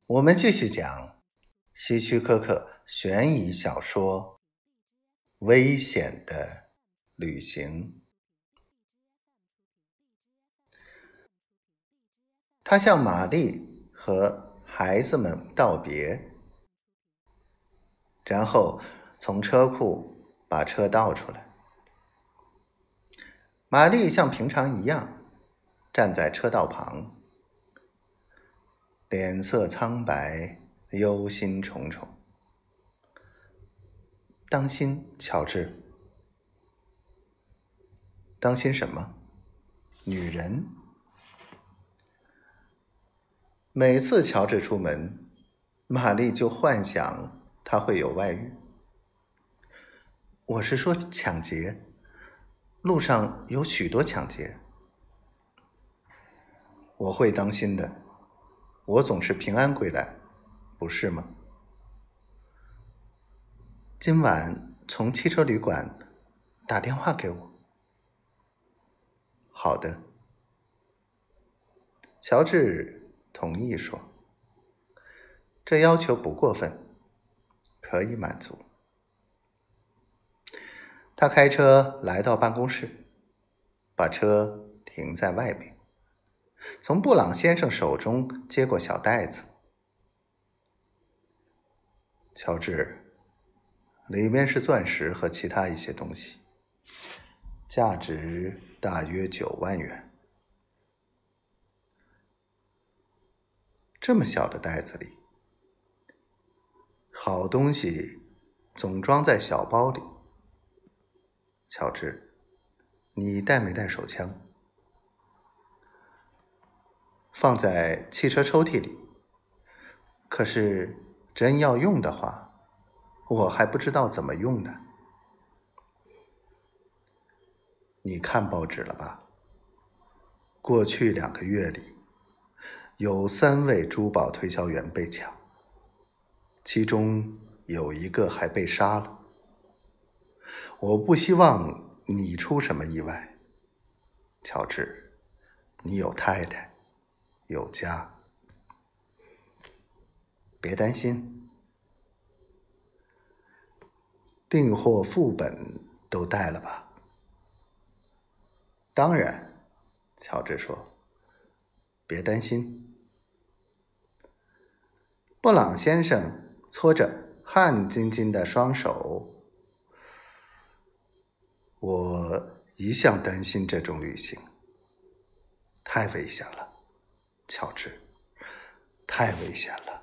我们继续讲希区柯克悬疑小说《危险的旅行》。他向玛丽和孩子们道别，然后从车库把车倒出来。玛丽像平常一样站在车道旁，脸色苍白，忧心忡忡。当心，乔治。当心什么？女人。每次乔治出门，玛丽就幻想他会有外遇。我是说抢劫，路上有许多抢劫。我会当心的，我总是平安归来，不是吗？今晚从汽车旅馆打电话给我。好的。乔治同意说，这要求不过分，可以满足。他开车来到办公室，把车停在外面，从布朗先生手中接过小袋子。乔治，里面是钻石和其他一些东西，价值大约9万元。这么小的袋子里，好东西总装在小包里。乔治，你带没带手枪？放在汽车抽屉里。可是真要用的话，我还不知道怎么用呢。你看报纸了吧？过去2个月里，有3位珠宝推销员被抢，其中有1个还被杀了。我不希望你出什么意外，乔治，你有太太，有家。别担心。订货副本都带了吧？当然，乔治说，别担心。布朗先生搓着汗津津的双手。我一向担心这种旅行，太危险了，乔治，太危险了。